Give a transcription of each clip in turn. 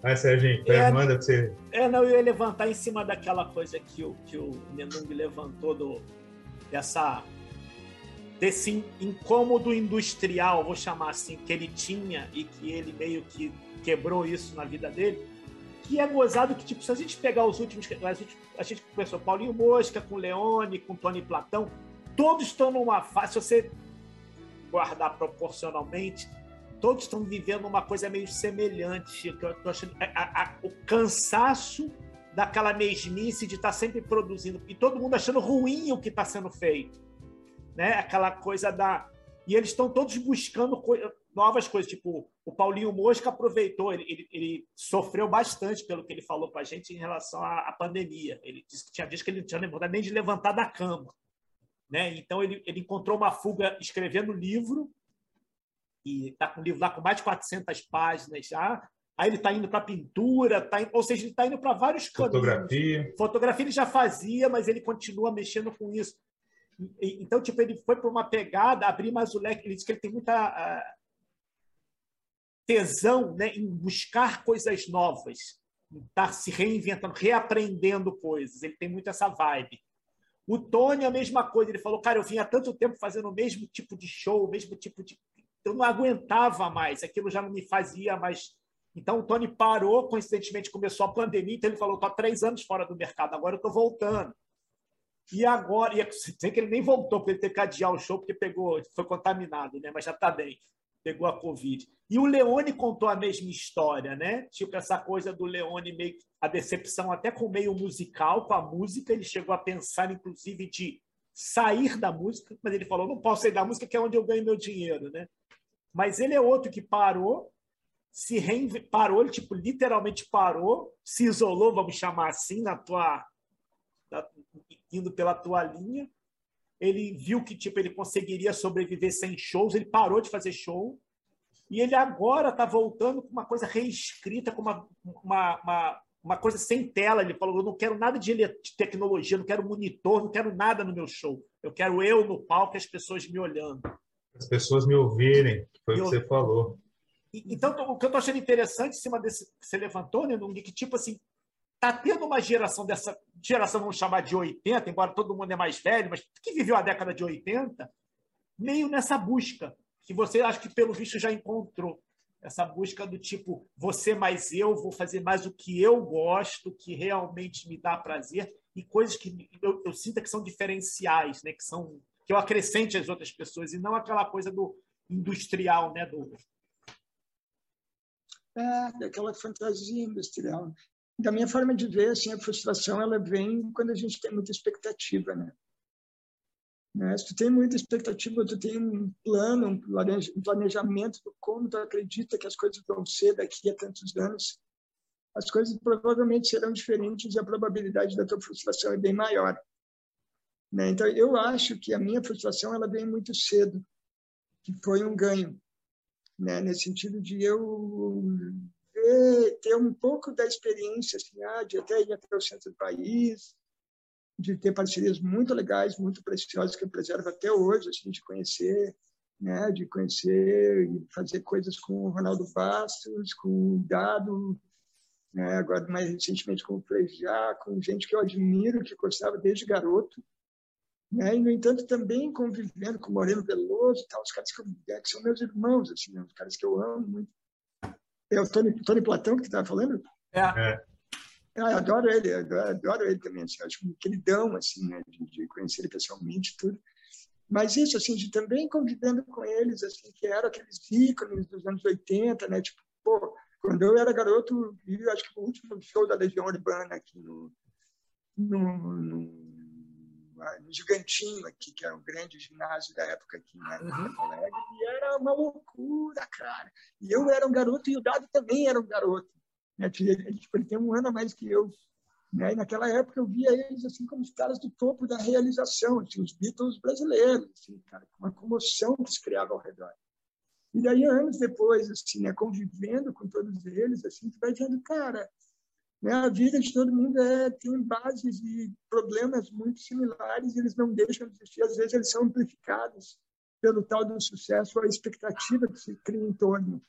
Vai, Serginho, manda pra você. Não, eu ia levantar em cima daquela coisa que o Menung levantou desse incômodo industrial, vou chamar assim, que ele tinha e que ele meio que quebrou isso na vida dele, que é gozado que, tipo, se a gente pegar os últimos... A gente começou Paulinho Mosca, com Leone, com Tony Platão, todos estão numa fase, se você guardar proporcionalmente, todos estão vivendo uma coisa meio semelhante, que eu tô achando, o cansaço daquela mesmice de estar sempre produzindo, e todo mundo achando ruim o que está sendo feito, né? Aquela coisa da... E eles estão todos buscando novas coisas, tipo, o Paulinho Mosca aproveitou, ele sofreu bastante pelo que ele falou com a gente em relação à pandemia. Ele disse que tinha dias que ele não tinha vontade nem de levantar da cama, né? Então ele encontrou uma fuga escrevendo livro, e está com um livro lá com mais de 400 páginas já. Aí ele está indo para pintura, ou seja, ele está indo para vários caminhos. Fotografia ele já fazia, mas ele continua mexendo com isso. Então, tipo, ele foi para uma pegada, abrir mais o leque. Ele diz que ele tem muita tesão, né, em buscar coisas novas, em estar se reinventando, reaprendendo coisas. Ele tem muito essa vibe. O Tony, a mesma coisa. Ele falou, cara, eu vinha há tanto tempo fazendo o mesmo tipo de show, o mesmo tipo de... Eu não aguentava mais, aquilo já não me fazia mais. Então, o Tony parou, coincidentemente começou a pandemia, então ele falou, estou há 3 anos fora do mercado, agora eu estou voltando. E agora, sei que ele nem voltou, porque ele teve que adiar o show, porque foi contaminado, né? Mas já está bem, pegou a Covid. E o Leone contou a mesma história, né? Tipo, essa coisa do Leone, meio a decepção até com o meio musical, com a música, ele chegou a pensar, inclusive, de sair da música, mas ele falou, não posso sair da música, que é onde eu ganho meu dinheiro, né? Mas ele é outro que parou, parou, ele tipo, literalmente parou, se isolou, vamos chamar assim, indo pela tua linha. Ele viu que tipo, ele conseguiria sobreviver sem shows, ele parou de fazer show, e ele agora está voltando com uma coisa reescrita, com uma coisa sem tela. Ele falou, eu não quero nada de tecnologia, não quero monitor, não quero nada no meu show. Eu quero eu no palco e as pessoas me olhando. As pessoas me ouvirem, foi o que você falou. Então, o que eu estou achando interessante em cima desse que você levantou, né, que tipo assim, está tendo uma geração vamos chamar de 80, embora todo mundo é mais velho, mas que viveu a década de 80, meio nessa busca, que você acho que pelo visto já encontrou, essa busca do tipo, você mais eu, vou fazer mais o que eu gosto, que realmente me dá prazer, e coisas que eu sinto que são diferenciais, né, que eu acrescente às outras pessoas, e não aquela coisa do industrial, né, daquela fantasia industrial. Da minha forma de ver, assim, a frustração ela vem quando a gente tem muita expectativa, né? Se tu tem muita expectativa, tu tem um plano, um planejamento de como tu acredita que as coisas vão ser daqui a tantos anos, as coisas provavelmente serão diferentes e a probabilidade da tua frustração é bem maior. Né? Então, eu acho que a minha frustração ela vem muito cedo, que foi um ganho, né? Nesse sentido de eu ter um pouco da experiência assim, de até ir até o centro do país, de ter parcerias muito legais, muito preciosas, que eu preservo até hoje, assim, de conhecer, né? De conhecer e fazer coisas com o Ronaldo Bastos, com o Dado, né? Agora mais recentemente com o Frejá, com gente que eu admiro, que gostava desde garoto. Né? E, no entanto, também convivendo com o Moreno Veloso, tal, os caras que são meus irmãos, assim, né? Os caras que eu amo muito. É o Tony Platão que tu estava falando? Eu adoro ele também, assim, acho um queridão, assim, né? de conhecer ele pessoalmente, tudo. Mas isso, assim, de também convivendo com eles, assim, que eram aqueles ícones dos anos 80, né? Tipo, pô, quando eu era garoto, eu acho que o último show da Legião Urbana aqui no Gigantinho aqui, que era um grande ginásio da época aqui em Porto Alegre, e era uma loucura, cara. E eu era um garoto e o Dado também era um garoto. Né? Ele tem 1 ano a mais que eu. Né? E naquela época eu via eles assim como os caras do topo da realização, assim, os Beatles brasileiros, assim, cara, com uma comoção que se criava ao redor. E daí, anos depois, assim, né, convivendo com todos eles, assim, tu vai vendo, cara, né, a vida de todo mundo tem bases e problemas muito similares e eles não deixam de existir. Às vezes eles são amplificados pelo tal do sucesso ou a expectativa que se cria em torno.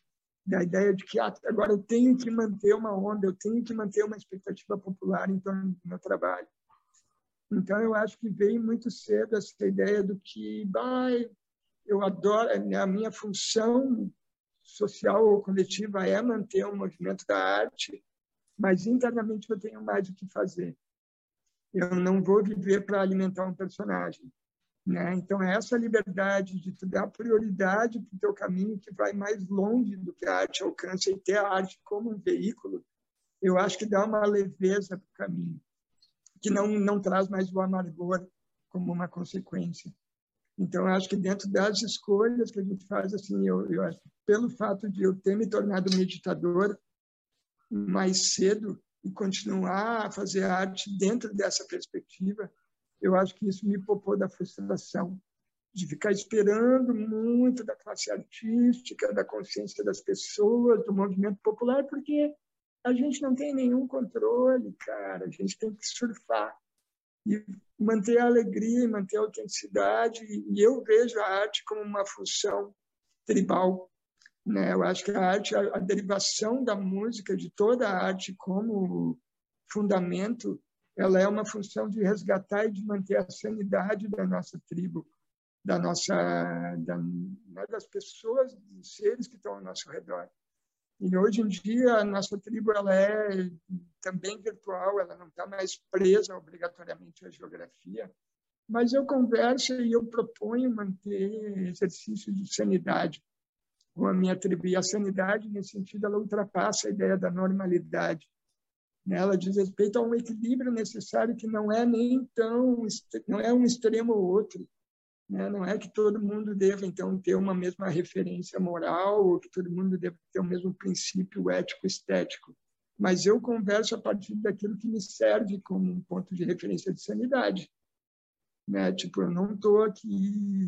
da ideia de que agora eu tenho que manter uma onda, eu tenho que manter uma expectativa popular em torno do meu trabalho. Então, eu acho que veio muito cedo essa ideia do que eu adoro, a minha função social ou coletiva é manter o movimento da arte, mas internamente eu tenho mais o que fazer. Eu não vou viver para alimentar um personagem, né? Então, essa liberdade de tu dar prioridade para o teu caminho que vai mais longe do que a arte alcança e ter a arte como um veículo, eu acho que dá uma leveza para o caminho, que não traz mais o amargor como uma consequência. Então, eu acho que dentro das escolhas que a gente faz, assim, eu acho que pelo fato de eu ter me tornado meditador mais cedo e continuar a fazer arte dentro dessa perspectiva, eu acho que isso me poupou da frustração de ficar esperando muito da classe artística, da consciência das pessoas, do movimento popular, porque a gente não tem nenhum controle, cara. A gente tem que surfar e manter a alegria, manter a autenticidade. E eu vejo a arte como uma função tribal, né? Eu acho que a arte, a derivação da música, de toda a arte como fundamento, ela é uma função de resgatar e de manter a sanidade da nossa tribo, das pessoas, dos seres que estão ao nosso redor. E hoje em dia a nossa tribo ela é também virtual, ela não está mais presa obrigatoriamente à geografia, mas eu converso e eu proponho manter exercício de sanidade com a minha tribo. E a sanidade, nesse sentido, ela ultrapassa a ideia da normalidade. Ela diz respeito a um equilíbrio necessário que não é não é um extremo ou outro. Não é que todo mundo deva, então, ter uma mesma referência moral ou que todo mundo deva ter o mesmo princípio ético-estético. Mas eu converso a partir daquilo que me serve como um ponto de referência de sanidade. Tipo, eu não estou aqui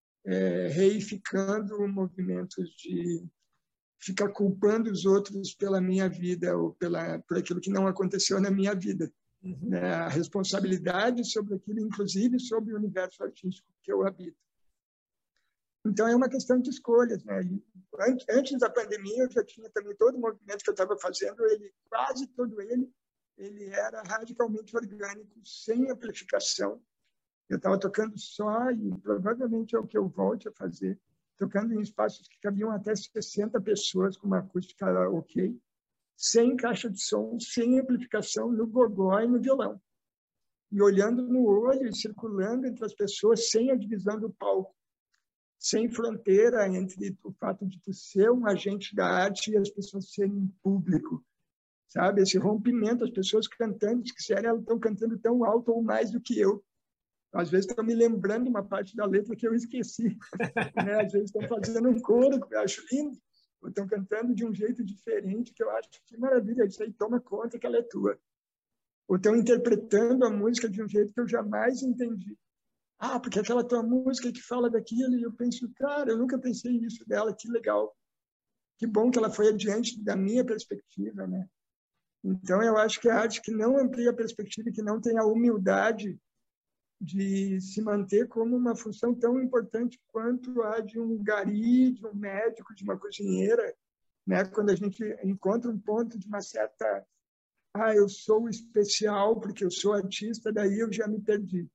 reificando movimentos de ficar culpando os outros pela minha vida ou por aquilo que não aconteceu na minha vida. A responsabilidade sobre aquilo, inclusive sobre o universo artístico que eu habito. Então, é uma questão de escolhas. Antes da pandemia, eu já tinha também todo o movimento que eu estava fazendo, quase todo ele era radicalmente orgânico, sem amplificação. Eu estava tocando só, e provavelmente é o que eu volte a fazer, tocando em espaços que cabiam até 60 pessoas, com uma acústica ok, sem caixa de som, sem amplificação, no gogó e no violão. E olhando no olho e circulando entre as pessoas, sem a divisão do palco, sem fronteira entre o fato de tu ser um agente da arte e as pessoas serem público. Sabe? Esse rompimento, as pessoas cantando, que elas estão cantando tão alto ou mais do que eu. Às vezes estão me lembrando uma parte da letra que eu esqueci. Às vezes estão fazendo um coro, que eu acho lindo. Ou estão cantando de um jeito diferente, que eu acho que maravilha, isso aí toma conta que ela é tua. Ou estão interpretando a música de um jeito que eu jamais entendi. Porque aquela tua música que fala daquilo, e eu penso, cara, eu nunca pensei nisso dela, que legal. Que bom que ela foi adiante da minha perspectiva, né? Então, eu acho que a arte que não amplia a perspectiva e que não tem a humildade de se manter como uma função tão importante quanto a de um gari, de um médico, de uma cozinheira, Quando a gente encontra um ponto de uma certa eu sou especial porque eu sou artista, daí eu já me perdi.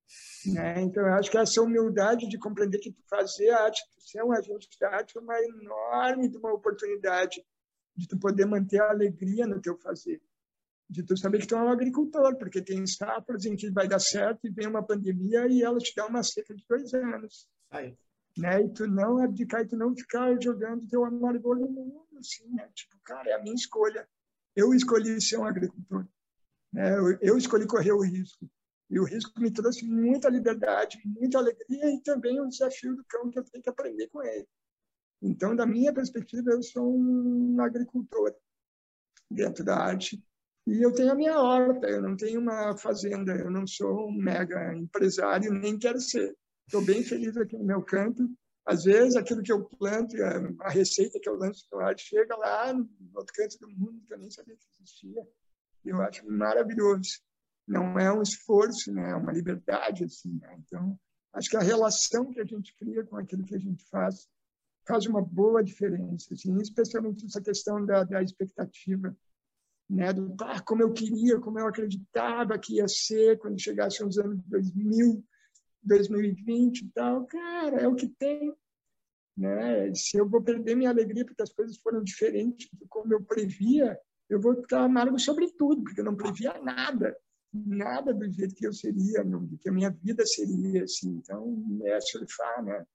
Então, eu acho que essa humildade de compreender que tu fazer a arte, tu ser um agente da arte, é uma enorme de uma oportunidade de tu poder manter a alegria no teu fazer. De tu saber que tu é um agricultor, porque tem safras em que vai dar certo e vem uma pandemia e ela te dá uma seca de 2 anos. Aí. E tu não abdicar e tu não ficar jogando teu amargor no mundo, assim, Tipo, cara, é a minha escolha. Eu escolhi ser um agricultor. Eu escolhi correr o risco. E o risco me trouxe muita liberdade, muita alegria e também um desafio do cão que eu tenho que aprender com ele. Então, da minha perspectiva, eu sou um agricultor dentro da arte. E eu tenho a minha horta, eu não tenho uma fazenda, eu não sou um mega empresário, nem quero ser. Estou bem feliz aqui no meu canto. Às vezes, aquilo que eu planto, a receita que eu lanço no ar, chega lá no outro canto do mundo, que eu nem sabia que existia. Eu acho maravilhoso. Não é um esforço, é uma liberdade. Assim, Então, acho que a relação que a gente cria com aquilo que a gente faz faz uma boa diferença, assim, especialmente essa questão da expectativa, né? Como eu queria, como eu acreditava que ia ser quando chegasse os anos 2000, 2020 e tal. Cara, é o que tem, né? Se eu vou perder minha alegria porque as coisas foram diferentes de como eu previa, eu vou ficar amargo sobre tudo, porque eu não previa nada do jeito que eu seria, do que a minha vida seria, assim. Então, é surfar, né?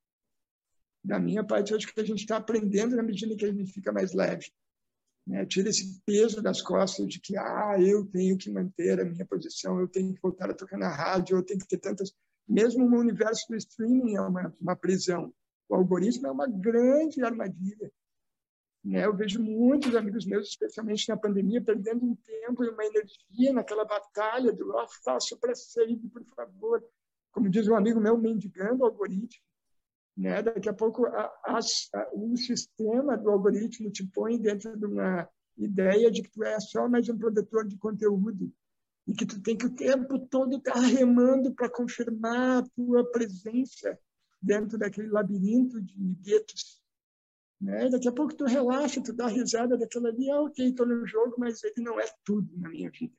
Da minha parte, eu acho que a gente está aprendendo na medida que a gente fica mais leve, né? Tira esse peso das costas de que eu tenho que manter a minha posição, eu tenho que voltar a tocar na rádio, eu tenho que ter tantas... Mesmo no universo do streaming é uma prisão. O algoritmo é uma grande armadilha, né? Eu vejo muitos amigos meus, especialmente na pandemia, perdendo um tempo e uma energia naquela batalha do faço para save, por favor. Como diz um amigo meu, mendigando o algoritmo, né? Daqui a pouco o sistema do algoritmo te põe dentro de uma ideia de que tu é só mais um produtor de conteúdo e que tu tem que o tempo todo estar remando para confirmar a tua presença dentro daquele labirinto de guetos, né? Daqui a pouco tu relaxa, tu dá risada daquilo ali, ok, estou no jogo, mas ele não é tudo na minha vida.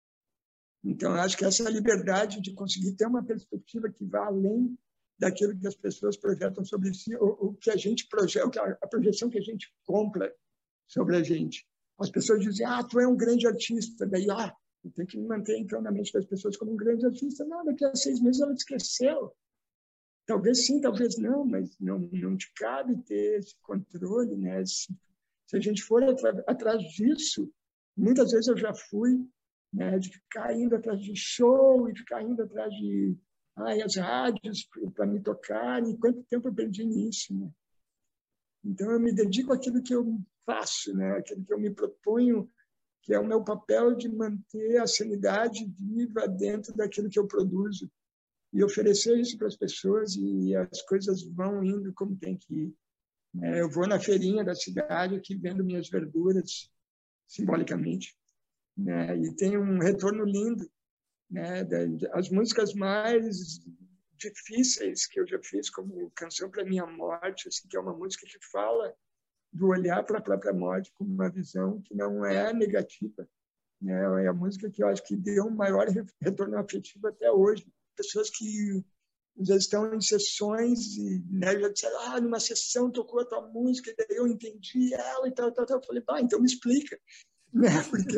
Então, eu acho que essa liberdade de conseguir ter uma perspectiva que vá além daquilo que as pessoas projetam sobre si, ou que a gente projeta, a projeção que a gente compra sobre a gente. As pessoas dizem, tu é um grande artista, daí, eu tenho que me manter, então, na mente das pessoas como um grande artista. Não, daqui a 6 meses ela esqueceu. Talvez sim, talvez não, mas não te cabe ter esse controle, né? Se a gente for atrás disso, muitas vezes eu já fui, né, de ficar indo atrás de show e ficar indo atrás de as rádios para me tocar, e quanto tempo eu perdi nisso, né? Então eu me dedico àquilo que eu faço, né? Aquilo que eu me proponho, que é o meu papel de manter a sanidade viva dentro daquilo que eu produzo e oferecer isso para as pessoas, e as coisas vão indo como tem que ir. Eu vou na feirinha da cidade aqui vendo minhas verduras, simbolicamente, né? E tem um retorno lindo, né? As músicas mais difíceis que eu já fiz, como Canção para Minha Morte, assim, que é uma música que fala do olhar para a própria morte com uma visão que não é negativa, né? É a música que eu acho que deu um maior retorno afetivo até hoje. Pessoas que já estão em sessões e, né, já disseram, numa sessão tocou a tua música, e daí eu entendi ela e tal. Eu falei, então me explica, né? Porque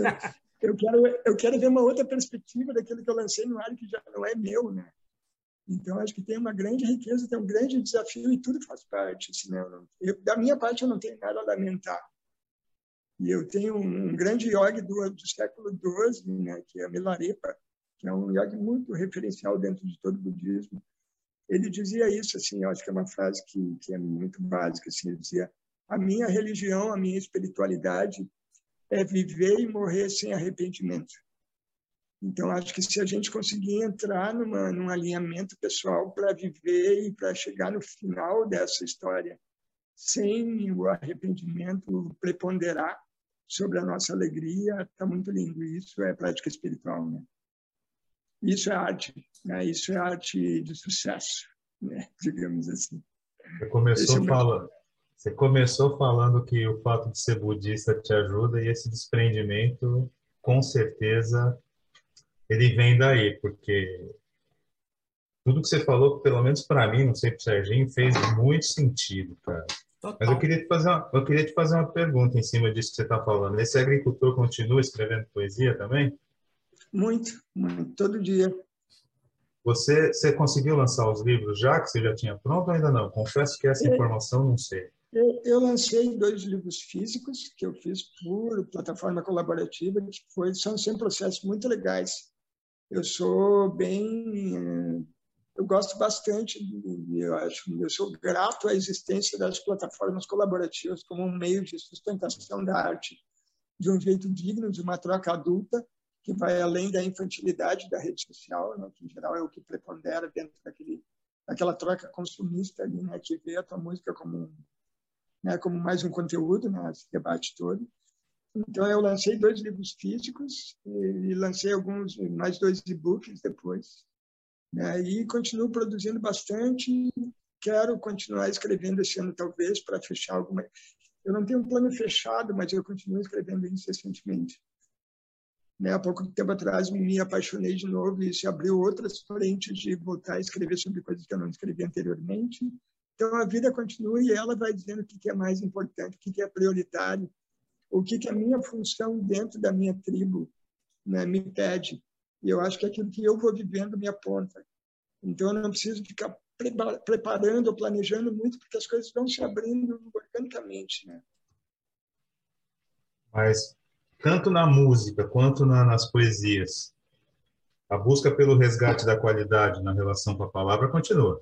eu quero ver uma outra perspectiva daquilo que eu lancei no ar que já não é meu, né? Então, acho que tem uma grande riqueza, tem um grande desafio e tudo faz parte. Assim, né? Da minha parte, eu não tenho nada a lamentar. E eu tenho um grande yogi do século XII, né, que é Milarepa, que é um yogi muito referencial dentro de todo o budismo. Ele dizia isso, assim, eu acho que é uma frase que é muito básica. Assim, ele dizia, a minha religião, a minha espiritualidade é viver e morrer sem arrependimento. Então, acho que se a gente conseguir entrar num alinhamento pessoal para viver e para chegar no final dessa história sem o arrependimento preponderar sobre a nossa alegria, está muito lindo. Isso é prática espiritual, né? Isso é arte, né? Isso é arte de sucesso, né? Digamos assim. Você começou falando que o fato de ser budista te ajuda, e esse desprendimento, com certeza, ele vem daí, porque tudo que você falou, pelo menos para mim, não sei para o Serginho, fez muito sentido, cara. Total. Mas eu queria te fazer uma pergunta em cima disso que você está falando. Esse agricultor continua escrevendo poesia também? Muito, muito, todo dia. Você conseguiu lançar os livros já, que você já tinha pronto ou ainda não? Confesso que essa informação não sei. Eu lancei 2 livros físicos que eu fiz por plataforma colaborativa, que são sempre processos muito legais. Eu gosto bastante, eu sou grato à existência das plataformas colaborativas como um meio de sustentação da arte de um jeito digno, de uma troca adulta, que vai além da infantilidade da rede social, né, que em geral é o que prepondera dentro daquela troca consumista ali, né, que vê a tua música como mais um conteúdo, né, esse debate todo. Então, eu lancei 2 livros físicos e lancei mais 2 e-books depois, né, e continuo produzindo bastante quero continuar escrevendo esse ano, talvez, para fechar alguma... Eu não tenho um plano fechado, mas eu continuo escrevendo incessantemente. Né? Há pouco tempo atrás me apaixonei de novo e se abriu outras frentes de voltar a escrever sobre coisas que eu não escrevi anteriormente. Então, a vida continua e ela vai dizendo o que é mais importante, o que é prioritário, o que a minha função dentro da minha tribo, né, me pede. E eu acho que aquilo que eu vou vivendo me aponta. Então, eu não preciso ficar preparando ou planejando muito, porque as coisas vão se abrindo organicamente, né? Mas, tanto na música quanto nas poesias, a busca pelo resgate da qualidade na relação com a palavra continua.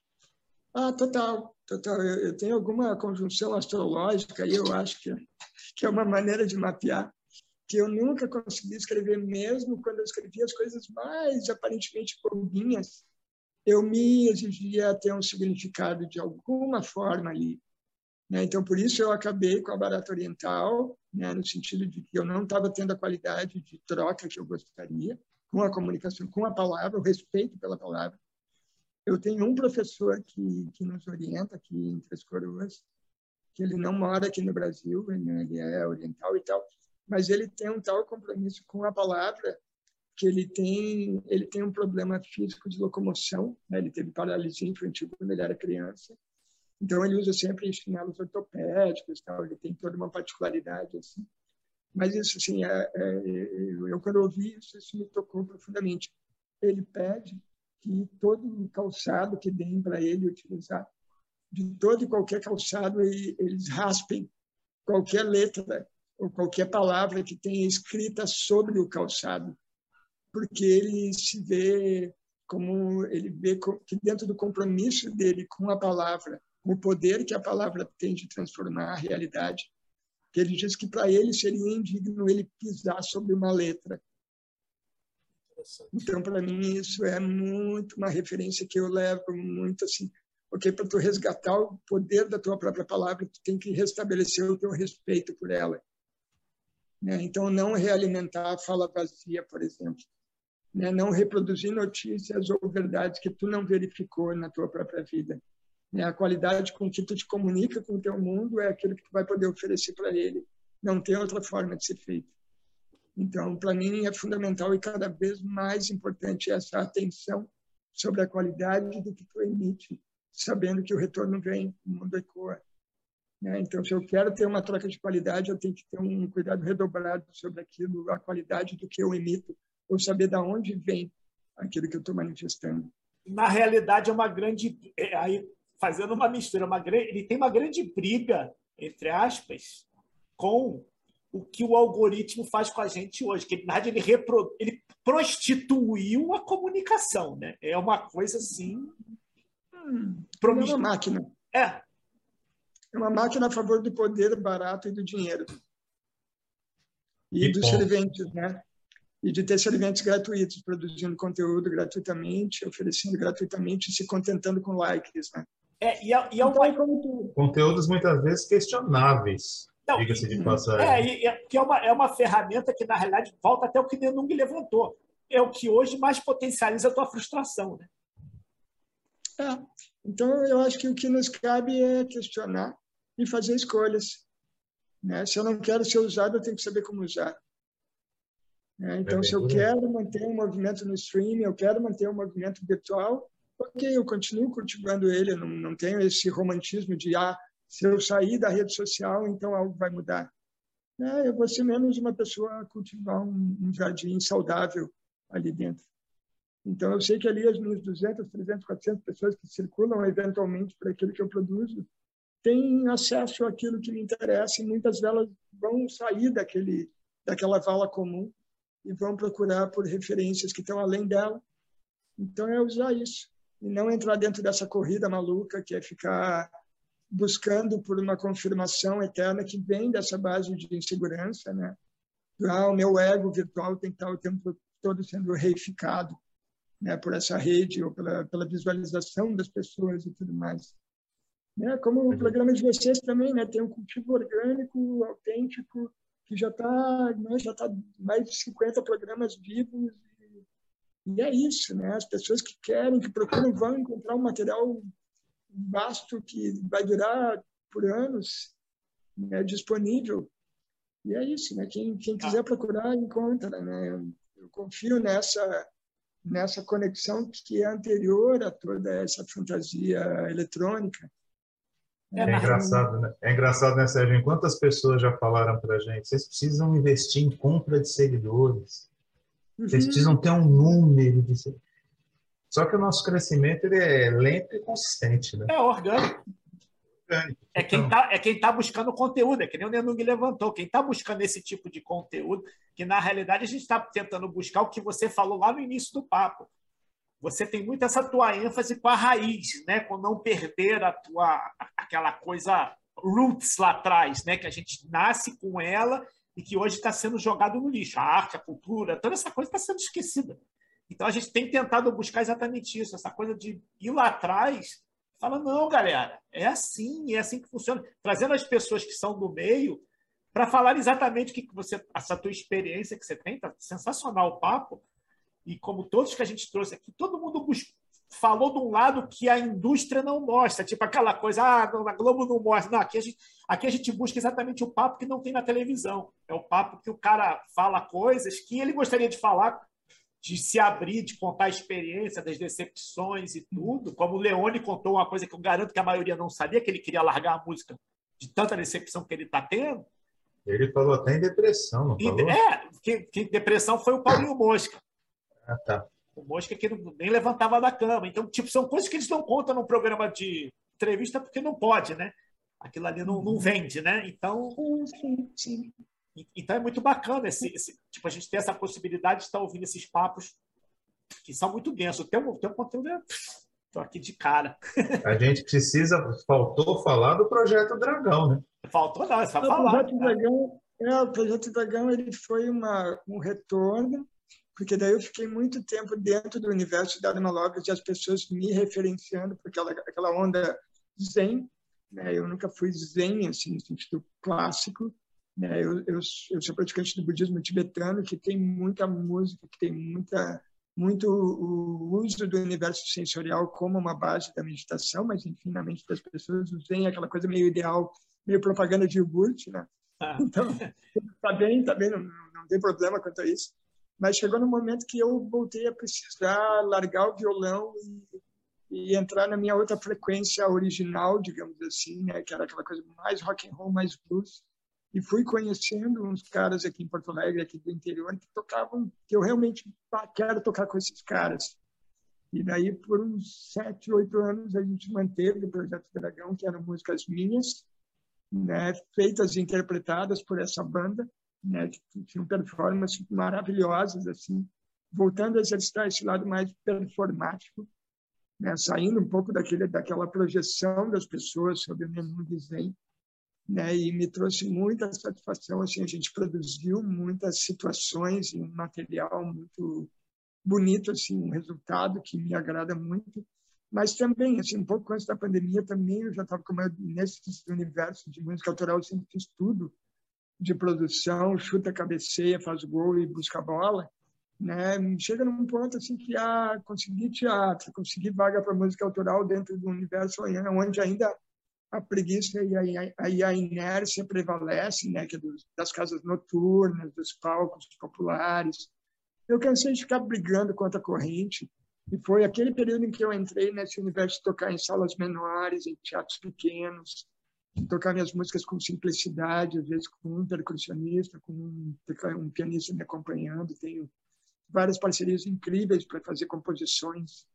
Total, total. Eu tenho alguma conjunção astrológica e eu acho que é uma maneira de mapear que eu nunca consegui escrever, mesmo quando eu escrevia as coisas mais aparentemente bobinhas, eu me exigia ter um significado de alguma forma ali. Né? Então, por isso eu acabei com a Barata Oriental, né? No sentido de que eu não estava tendo a qualidade de troca que eu gostaria, com a comunicação, com a palavra, o respeito pela palavra. Eu tenho um professor que nos orienta aqui em Três Coroas, que ele não mora aqui no Brasil, ele é oriental e tal, mas ele tem um tal compromisso com a palavra que ele tem um problema físico de locomoção, né? Ele teve paralisia infantil quando ele era criança, então ele usa sempre chinelos ortopédicos, tal. Ele tem toda uma particularidade assim. Mas isso assim, eu quando ouvi isso me tocou profundamente. Ele pede que todo calçado que deem para ele utilizar, de todo e qualquer calçado, eles raspem qualquer letra ou qualquer palavra que tenha escrita sobre o calçado, porque ele se vê como ele vê que dentro do compromisso dele com a palavra, com o poder que a palavra tem de transformar a realidade, que ele diz que para ele seria indigno ele pisar sobre uma letra. Então, para mim, isso é muito uma referência que eu levo muito assim, porque para tu resgatar o poder da tua própria palavra, tu tem que restabelecer o teu respeito por ela. Né? Então, não realimentar a fala vazia, por exemplo. Né? Não reproduzir notícias ou verdades que tu não verificou na tua própria vida. Né? A qualidade com que tu te comunica com o teu mundo é aquilo que tu vai poder oferecer para ele. Não tem outra forma de ser feito. Então, para mim, é fundamental e cada vez mais importante essa atenção sobre a qualidade do que tu emite, sabendo que o retorno vem, o mundo ecoa. Né? Então, se eu quero ter uma troca de qualidade, eu tenho que ter um cuidado redobrado sobre aquilo, a qualidade do que eu emito, ou saber de onde vem aquilo que eu estou manifestando. Na realidade, é uma grande... Aí, fazendo uma mistura, ele tem uma grande briga, entre aspas, com o que o algoritmo faz com a gente hoje, que na verdade ele prostituiu a comunicação, né? É uma coisa assim... É uma máquina. É uma máquina a favor do poder barato e do dinheiro. E dos serventes, né? E de ter serventes gratuitos, produzindo conteúdo gratuitamente, oferecendo gratuitamente, se contentando com likes, né? Conteúdos muitas vezes questionáveis. Diga-se de passagem. Que é uma ferramenta que, na realidade, volta até o que Denung levantou. É o que hoje mais potencializa a tua frustração. Né? Então, eu acho que o que nos cabe é questionar e fazer escolhas. Né? Se eu não quero ser usado, eu tenho que saber como usar. Né? Então, se eu quero manter um movimento no streaming, eu quero manter um movimento virtual, ok, eu continuo cultivando ele, eu não tenho esse romantismo de se eu sair da rede social, então algo vai mudar. Eu vou ser menos uma pessoa a cultivar um jardim saudável ali dentro. Então, eu sei que ali as minhas 200, 300, 400 pessoas que circulam eventualmente por aquilo que eu produzo têm acesso àquilo que me interessa e muitas delas vão sair daquela vala comum e vão procurar por referências que estão além dela. Então, é usar isso e não entrar dentro dessa corrida maluca que é ficar buscando por uma confirmação eterna que vem dessa base de insegurança, né? O meu ego virtual tem que estar o tempo todo sendo reificado, né? Por essa rede ou pela visualização das pessoas e tudo mais. Né? Como o programa de vocês também, né? Tem um cultivo orgânico, autêntico, que já está mais de 50 programas vivos. E é isso, né? As pessoas que querem, que procuram, vão encontrar um material vasto que vai durar por anos, né, disponível. E é isso, né? Quem quiser procurar, encontra, né? Eu confio nessa conexão que é anterior a toda essa fantasia eletrônica. É engraçado, né? É engraçado, né, Sérgio? Quantas pessoas já falaram para a gente? Vocês precisam investir em compra de seguidores. Vocês precisam ter um número de seguidores. Só que o nosso crescimento ele é lento e consistente, né? É orgânico. É Então, quem tá buscando conteúdo, é que nem o Nenung levantou. Quem está buscando esse tipo de conteúdo, que na realidade a gente está tentando buscar o que você falou lá no início do papo. Você tem muito essa tua ênfase com a raiz, né? Com não perder aquela coisa roots lá atrás, né? Que a gente nasce com ela e que hoje está sendo jogado no lixo. A arte, a cultura, toda essa coisa está sendo esquecida. Então a gente tem tentado buscar exatamente isso, essa coisa de ir lá atrás. Fala, não, galera, é assim que funciona. Trazendo as pessoas que são do meio para falar exatamente o que você, essa tua experiência que você tem, tá sensacional o papo. E como todos que a gente trouxe aqui, todo mundo falou de um lado que a indústria não mostra, tipo aquela coisa, a Globo não mostra. Não, aqui a gente busca exatamente o papo que não tem na televisão. É o papo que o cara fala coisas que ele gostaria de falar, de se abrir, de contar a experiência das decepções e tudo. Como o Leone contou uma coisa que eu garanto que a maioria não sabia, que ele queria largar a música de tanta decepção que ele está tendo. ele falou até em depressão, não falou? Que depressão foi o Paulinho Mosca. Ah, tá. O Mosca que nem levantava da cama. Então, tipo, são coisas que eles não contam num programa de entrevista porque não pode, né? Aquilo ali não vende, né? Então, sim. Então é muito bacana tipo, a gente ter essa possibilidade de estar ouvindo esses papos que são muito densos. O teu conteúdo é... Estou aqui de cara. A gente faltou falar do Projeto Dragão, né? Faltou não, é só falar. O Projeto Dragão ele foi um retorno, porque daí eu fiquei muito tempo dentro do universo da Animalogos e as pessoas me referenciando por aquela onda zen, né? Eu nunca fui zen, assim, no sentido clássico, né? Eu sou praticante do budismo tibetano, que tem muita música, que tem muito o uso do universo sensorial como uma base da meditação, mas, enfim, na mente das pessoas, o zen é aquela coisa meio ideal, meio propaganda de iogurte, né? Então, tá bem, não tem problema quanto a isso. Mas chegou no momento que eu voltei a precisar largar o violão e entrar na minha outra frequência original, digamos assim, né? Que era aquela coisa mais rock and roll, mais blues. E fui conhecendo uns caras aqui em Porto Alegre, aqui do interior, que tocavam, que eu realmente quero tocar com esses caras. E daí, por uns 7, 8 anos, a gente manteve o Projeto Dragão, que eram músicas minhas, né, feitas e interpretadas por essa banda, né, que tinham performances maravilhosas, assim, voltando a exercitar esse lado mais performático, né, saindo um pouco daquela projeção das pessoas sobre o menu desenho, né, e me trouxe muita satisfação. Assim, a gente produziu muitas situações e um material muito bonito, assim, um resultado que me agrada muito. Mas também, assim, um pouco antes da pandemia, também eu já estava nesse universo de música autoral, eu sempre fiz tudo de produção, chuta, cabeceia, faz gol e busca a bola, né? Chega num ponto assim que consegui teatro, consegui vaga para música autoral dentro do universo onde ainda a preguiça e a inércia prevalece, né? Que é das casas noturnas, dos palcos populares. Eu cansei de ficar brigando contra a corrente. E foi aquele período em que eu entrei nesse universo de tocar em salas menores, em teatros pequenos, de tocar minhas músicas com simplicidade, às vezes com um percussionista, com um pianista me acompanhando. Tenho várias parcerias incríveis para fazer composições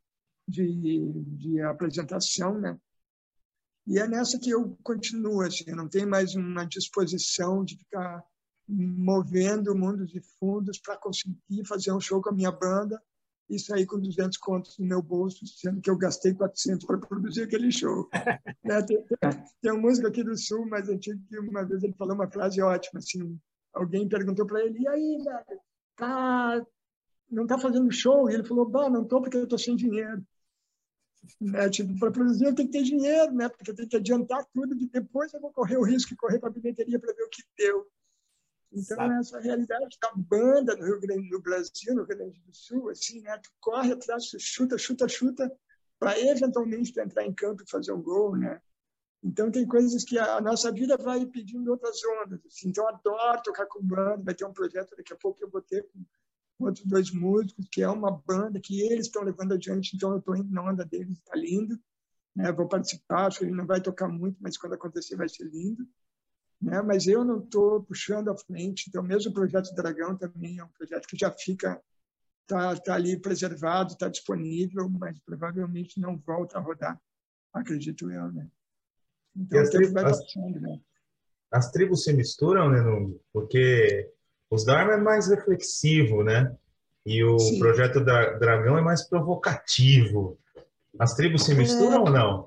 de apresentação, né? E é nessa que eu continuo, assim, eu não tenho mais uma disposição de ficar movendo mundos e fundos para conseguir fazer um show com a minha banda e sair com 200 contos no meu bolso, sendo que eu gastei 400 para produzir aquele show. Né? Tem um músico aqui do Sul, mais antigo, que uma vez ele falou uma frase ótima, assim, alguém perguntou para ele, e aí, velho, não tá fazendo show? E ele falou, não tô porque eu tô sem dinheiro. Né? Tipo, para produzir eu tenho que ter dinheiro, né? Porque eu tenho que adiantar tudo, e depois eu vou correr o risco de correr para a bilheteria para ver o que deu. Então, essa realidade da banda no Brasil, no Rio Grande do Sul, assim, né? Tu corre atrás, tu chuta, para eventualmente tu entrar em campo e fazer um gol, né? Então, tem coisas que a nossa vida vai pedindo outras ondas. Assim. Então, eu adoro tocar com banda. Vai ter um projeto daqui a pouco que eu vou ter com outros 2 músicos, que é uma banda que eles estão levando adiante. Então, eu estou indo na onda deles, está lindo. Né? Vou participar, acho que ele não vai tocar muito, mas quando acontecer vai ser lindo. Né? Mas eu não estou puxando à frente. Então, mesmo o Projeto Dragão também é um projeto que já fica, tá ali preservado, está disponível, mas provavelmente não volta a rodar, acredito eu, né? E Então, o tempo vai passando, né? as tribos se misturam, né, Nung? Porque os Dharma é mais reflexivo, né? E o Sim. Projeto Dragão é mais provocativo. As tribos se misturam ou não?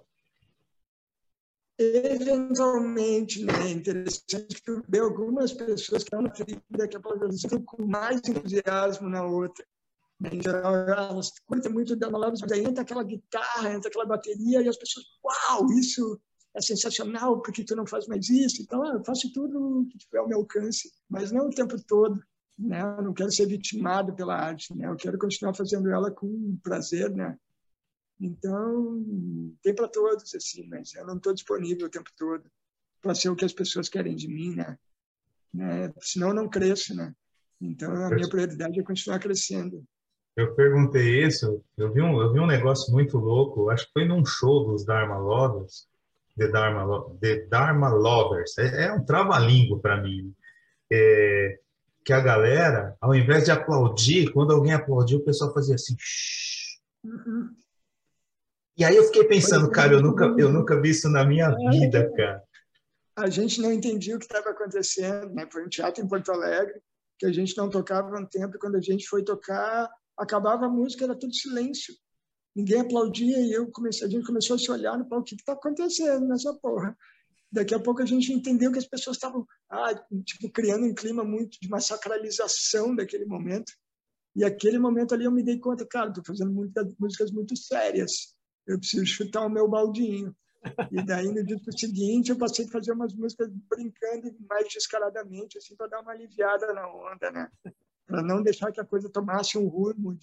Eventualmente, né? É interessante que eu vejo algumas pessoas que estão na tribo, daqui a pouco elas estão com mais entusiasmo na outra. Né? Em geral, elas curtem muito da Malavas, mas aí entra aquela guitarra, entra aquela bateria, e as pessoas, uau, isso é sensacional, por que tu não faz mais isso? Então, eu faço tudo que tiver ao meu alcance, mas não o tempo todo. Né? Eu não quero ser vitimado pela arte, né? Eu quero continuar fazendo ela com prazer, né? Então, tem para todos, assim, mas eu não estou disponível o tempo todo para ser o que as pessoas querem de mim, né? Senão eu não cresço, né? Então, a minha prioridade é continuar crescendo. Eu perguntei isso, eu vi um negócio muito louco, acho que foi num show dos Dharma Lovers, The Dharma Lovers, é um trava-língua para mim, que a galera, ao invés de aplaudir, quando alguém aplaudiu, o pessoal fazia assim, "Shhh". Uhum. E aí eu fiquei pensando, Foi, cara, eu nunca vi isso na minha vida, cara. a gente não entendia o que estava acontecendo, né? Foi um teatro em Porto Alegre que a gente não tocava há um tempo, e quando a gente foi tocar, acabava a música, era tudo silêncio. Ninguém aplaudia e a gente começou a se olhar no palco, o que está acontecendo nessa porra? Daqui a pouco a gente entendeu que as pessoas estavam tipo, criando um clima muito de uma sacralização daquele momento. E aquele momento ali eu me dei conta, cara, estou fazendo músicas muito sérias. Eu preciso chutar o meu baldinho. E daí, no disco seguinte, eu passei a fazer umas músicas brincando mais descaradamente, assim, para dar uma aliviada na onda, né? Para não deixar que a coisa tomasse um rumo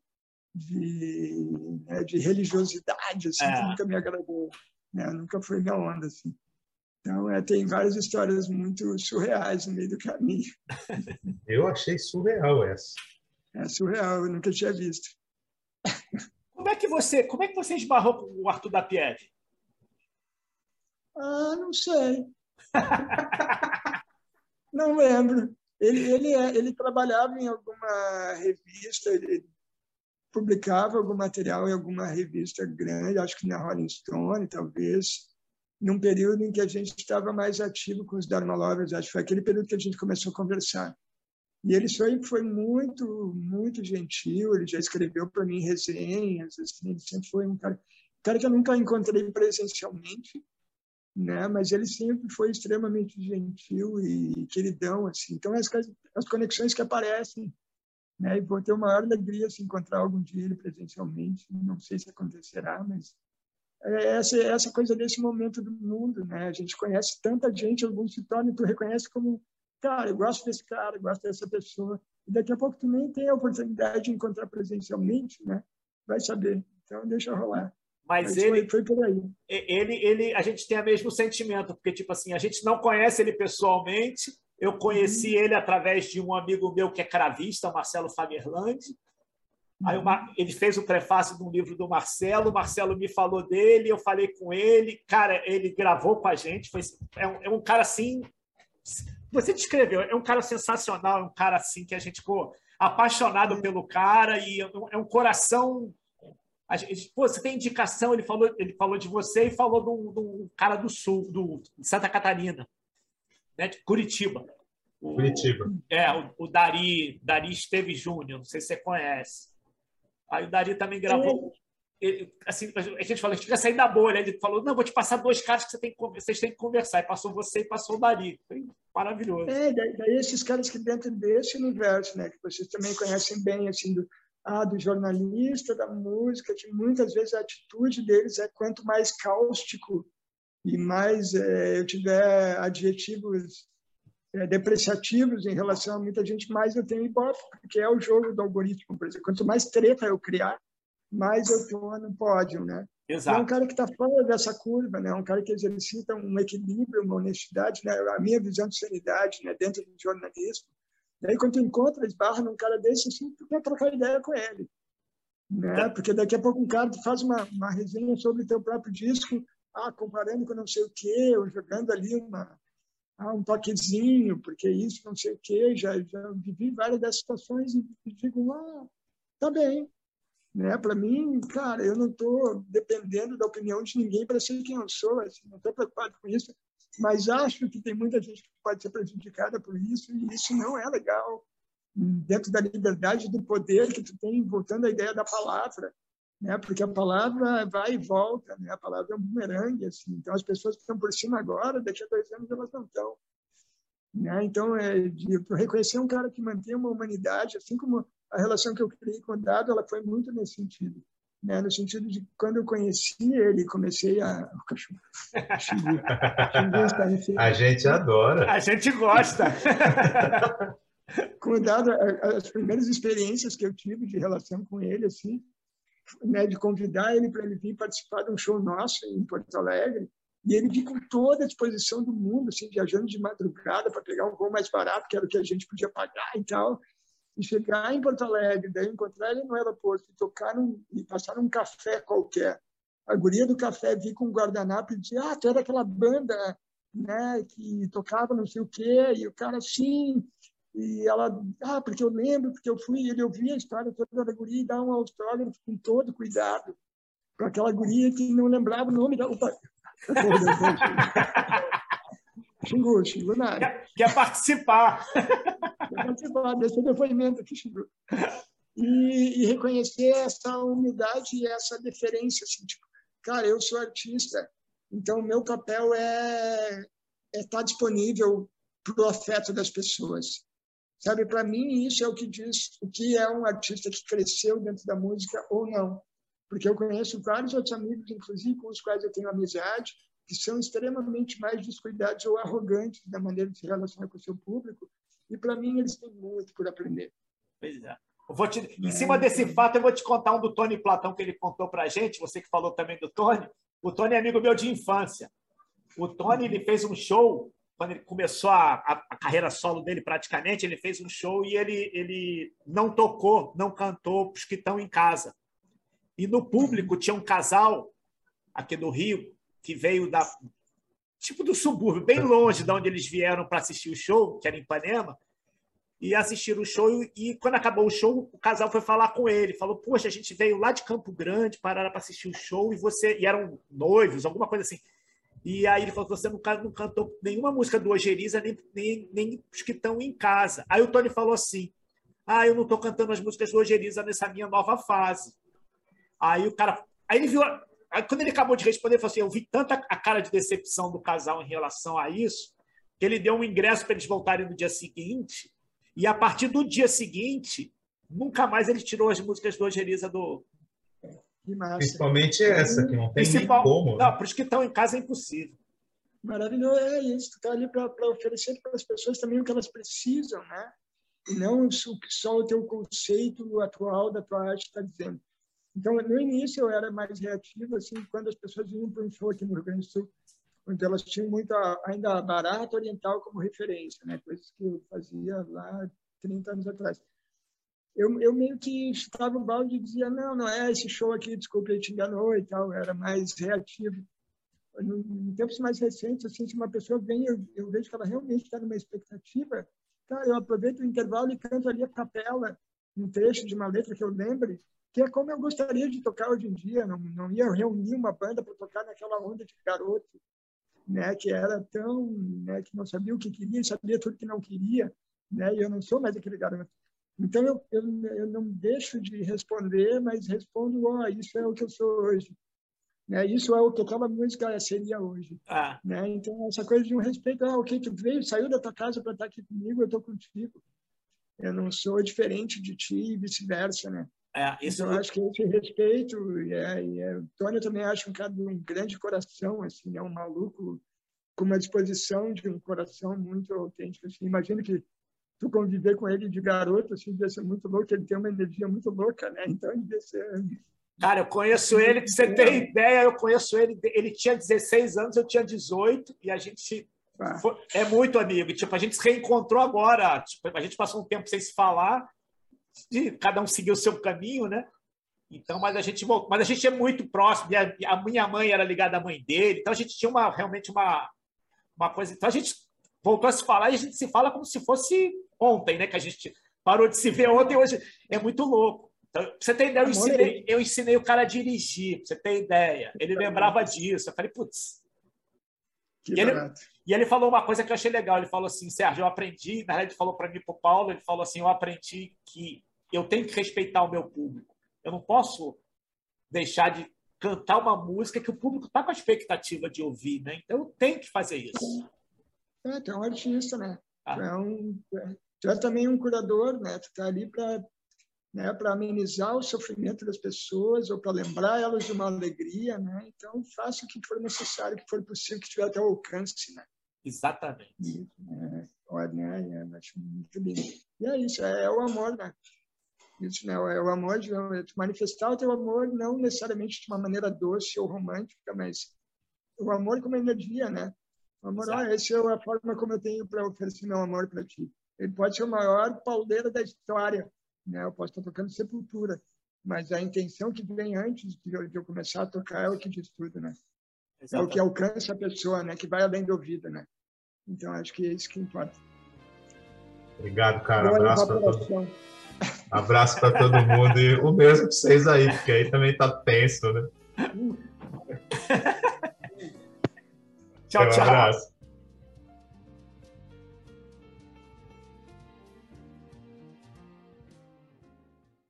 de religiosidade, assim, que nunca me agradou. Né? Nunca foi minha onda, assim. Então, tem várias histórias muito surreais no meio do caminho. Eu achei surreal essa. É surreal, eu nunca tinha visto. Como é que você esbarrou com o Arthur da Pieve? Não sei. Não lembro. Ele trabalhava em alguma revista, ele publicava algum material em alguma revista grande, acho que na Rolling Stone, talvez, num período em que a gente estava mais ativo com os Dharma Lovers, acho que foi aquele período que a gente começou a conversar. E ele foi muito, muito gentil, ele já escreveu para mim resenhas, assim, ele sempre foi um cara que eu nunca encontrei presencialmente, né? Mas ele sempre foi extremamente gentil e queridão, assim. Então, as conexões que aparecem, né? E vou ter uma maior alegria se encontrar algum dia ele presencialmente, não sei se acontecerá, mas essa coisa desse momento do mundo, né? A gente conhece tanta gente, alguns se tornam, tu reconhece como, cara, eu gosto desse cara, eu gosto dessa pessoa, e daqui a pouco tu nem tem a oportunidade de encontrar presencialmente, né? Vai saber. Então, deixa rolar. Mas foi por aí. A gente tem o mesmo sentimento, porque, tipo assim, a gente não conhece ele pessoalmente. Eu conheci ele através de um amigo meu que é cravista, o Marcelo Fagerland. Aí ele fez o prefácio de um livro do Marcelo, o Marcelo me falou dele, eu falei com ele, cara, ele gravou com a gente, é um cara assim, você descreveu, é um cara sensacional, é um cara assim que a gente ficou apaixonado pelo cara e é um coração. Pô, você tem indicação, ele falou de você e falou de um cara do sul, de Santa Catarina, né, de Curitiba. Curitiba. O Dari Esteves Júnior, não sei se você conhece. Aí o Dari também gravou. Assim, a gente falou, a gente quer sair da bolha. Ele falou, não, vou te passar 2 caras que vocês têm que conversar. E passou você e passou o Dari. Foi maravilhoso. Daí esses caras que dentro desse universo, né, que vocês também conhecem bem, assim, do jornalista, da música, que muitas vezes a atitude deles é quanto mais cáustico e mais eu tiver adjetivos depreciativos em relação a muita gente, mais eu tenho ibope, porque é o jogo do algoritmo, por exemplo. Quanto mais treta eu criar, mais eu estou no pódio, né? Exato. É um cara que está fora dessa curva, né? Um cara que exercita um equilíbrio, uma honestidade, né? A minha visão de sanidade, né? Dentro do jornalismo. Daí, quando tu encontra, esbarra num cara desse, assim, tu quer trocar ideia com ele, né? Porque daqui a pouco um cara tu faz uma resenha sobre o teu próprio disco, comparando com não sei o quê, ou jogando ali um toquezinho, porque isso, não sei o quê. Já vivi várias dessas situações e digo, tá bem. Né? Para mim, cara, eu não estou dependendo da opinião de ninguém para ser quem eu sou, assim, não estou preocupado com isso, mas acho que tem muita gente que pode ser prejudicada por isso, e isso não é legal, dentro da liberdade do poder que tu tem, voltando à ideia da palavra, né? Porque a palavra vai e volta, né? A palavra é um bumerangue, assim. Então as pessoas que estão por cima agora, daqui a 2 anos elas não estão. Né? Então, eu reconhecer um cara que mantém uma humanidade, assim como a relação que eu criei com o Dado, ela foi muito nesse sentido. Né? No sentido de, quando eu conheci ele, comecei a... A gente adora. A gente gosta. Com o Dado, as primeiras experiências que eu tive de relação com ele, assim, né, de convidar ele para ele vir participar de um show nosso em Porto Alegre, e ele vir com toda a disposição do mundo, assim, viajando de madrugada para pegar um voo mais barato, que era o que a gente podia pagar e tal, e chegar em Porto Alegre, daí encontrar ele no aeroporto e passar num café qualquer. A guria do café vir com um guardanapo e dizer, tu era aquela banda, né, que tocava não sei o quê, e o cara, sim, e ela, porque eu lembro, porque eu fui, ele ouvia a história toda da guria e dá um autógrafo com todo cuidado para aquela guria que não lembrava o nome da... Xingou nada. Quer participar. Quer participar, desse depoimento aqui, xingou. E reconhecer essa humildade e essa deferência, assim, tipo, cara, eu sou artista, então o meu papel é estar disponível para o afeto das pessoas. Sabe, para mim, isso é o que diz o que é um artista que cresceu dentro da música ou não. Porque eu conheço vários outros amigos, inclusive com os quais eu tenho amizade, que são extremamente mais descuidados ou arrogantes na maneira de se relacionar com o seu público. E, para mim, eles têm muito por aprender. Pois é. Em cima desse fato, eu vou te contar um do Tony Platão que ele contou para a gente. Você que falou também do Tony. O Tony é amigo meu de infância. O Tony ele fez um show, quando ele começou a carreira solo dele praticamente, ele fez um show e ele não tocou, não cantou para os que estão em casa. E no público tinha um casal aqui do Rio que veio do subúrbio, bem longe de onde eles vieram para assistir o show, que era em Ipanema, e assistiram o show. E quando acabou o show, o casal foi falar com ele, falou: poxa, a gente veio lá de Campo Grande para assistir o show e eram noivos, alguma coisa assim. E aí ele falou que você não cantou nenhuma música do Ojeriza, nem os que estão em casa. Aí o Tony falou assim: eu não estou cantando as músicas do Ojeriza nessa minha nova fase. Aí o cara... Aí ele viu... Aí quando ele acabou de responder, ele falou assim: eu vi tanta a cara de decepção do casal em relação a isso, que ele deu um ingresso para eles voltarem no dia seguinte, e a partir do dia seguinte, nunca mais ele tirou as músicas do Ojeriza do... Principalmente essa, que não tem nem como. Não, para os que estão em casa é impossível. Maravilhoso, é isso. Tu está ali para oferecer para as pessoas também o que elas precisam, né? E não só o teu conceito atual da tua arte está dizendo. Então, no início, eu era mais reativo, assim, quando as pessoas vinham para um show aqui no Rio Grande do Sul, onde elas tinham muito ainda a barata oriental como referência, né? Coisas que eu fazia lá 30 anos atrás. Eu meio que chutava o balde e dizia: não é esse show aqui, desculpe, ele te enganou e tal. Era mais reativo. Em tempos mais recentes, assim, se uma pessoa vem, eu vejo que ela realmente está numa expectativa, cara, eu aproveito o intervalo e canto ali a capela, um trecho de uma letra que eu lembre, que é como eu gostaria de tocar hoje em dia. Não ia reunir uma banda para tocar naquela onda de garoto, né, que era tão, né, que não sabia o que queria, sabia tudo que não queria, né, e eu não sou mais aquele garoto. Então eu não deixo de responder, mas respondo: isso é o que eu sou hoje, né? Isso é o que aquela música seria hoje, né? Então essa coisa de um respeito: ok, tu veio, saiu da tua casa para estar aqui comigo, eu estou contigo. Eu não sou diferente de ti e vice-versa, né? Então, eu acho que esse respeito, o Tony, eu também acho um cara de um grande coração, assim, é um maluco com uma disposição de um coração muito autêntico, assim. Imagino que tu conviver com ele de garoto, assim, devia ser muito louco, ele tem uma energia muito louca, né? Então, devia ser... Cara, eu conheço ele, pra você ter ideia, eu conheço ele. Ele tinha 16 anos, eu tinha 18, e a gente é muito amigo. E, tipo, a gente se reencontrou agora. Tipo, a gente passou um tempo sem se falar, e cada um seguiu o seu caminho, né? Então, mas a gente é muito próximo. E a minha mãe era ligada à mãe dele, então a gente tinha realmente uma coisa. Então a gente voltou a se falar e a gente se fala como se fosse ontem, né? Que a gente parou de se ver ontem, hoje é muito louco. Então, pra você ter ideia, eu ensinei o cara a dirigir, pra você ter ideia. Ele lembrava disso. Eu falei, putz. E ele falou uma coisa que eu achei legal. Ele falou assim, Sérgio, eu aprendi, na verdade ele falou para mim, para o Paulo, ele falou assim, eu aprendi que eu tenho que respeitar o meu público. Eu não posso deixar de cantar uma música que o público está com a expectativa de ouvir, né? Então eu tenho que fazer isso. Tu é um artista, né? Tu é também um curador, né? Tu está ali para amenizar o sofrimento das pessoas ou para lembrar elas de uma alegria, né? Então faça o que for necessário, o que for possível, que tiver até o alcance, né? Exatamente. Acho muito lindo. E é isso, é o amor, né? Isso, né? É o amor de manifestar o teu amor, não necessariamente de uma maneira doce ou romântica, mas o amor como energia, né? O amor, essa é a forma como eu tenho para oferecer meu amor para ti. Ele pode ser o maior pauleiro da história, né? Eu posso estar tocando Sepultura, mas a intenção que vem antes de eu começar a tocar é o que diz tudo, né? Exatamente. É o que alcança a pessoa, né? Que vai além do ouvido, né? Então, acho que é isso que importa. Obrigado, cara. Abraço para todo mundo e o mesmo para vocês aí, porque aí também tá tenso, né? Tchau, tchau. Um abraço.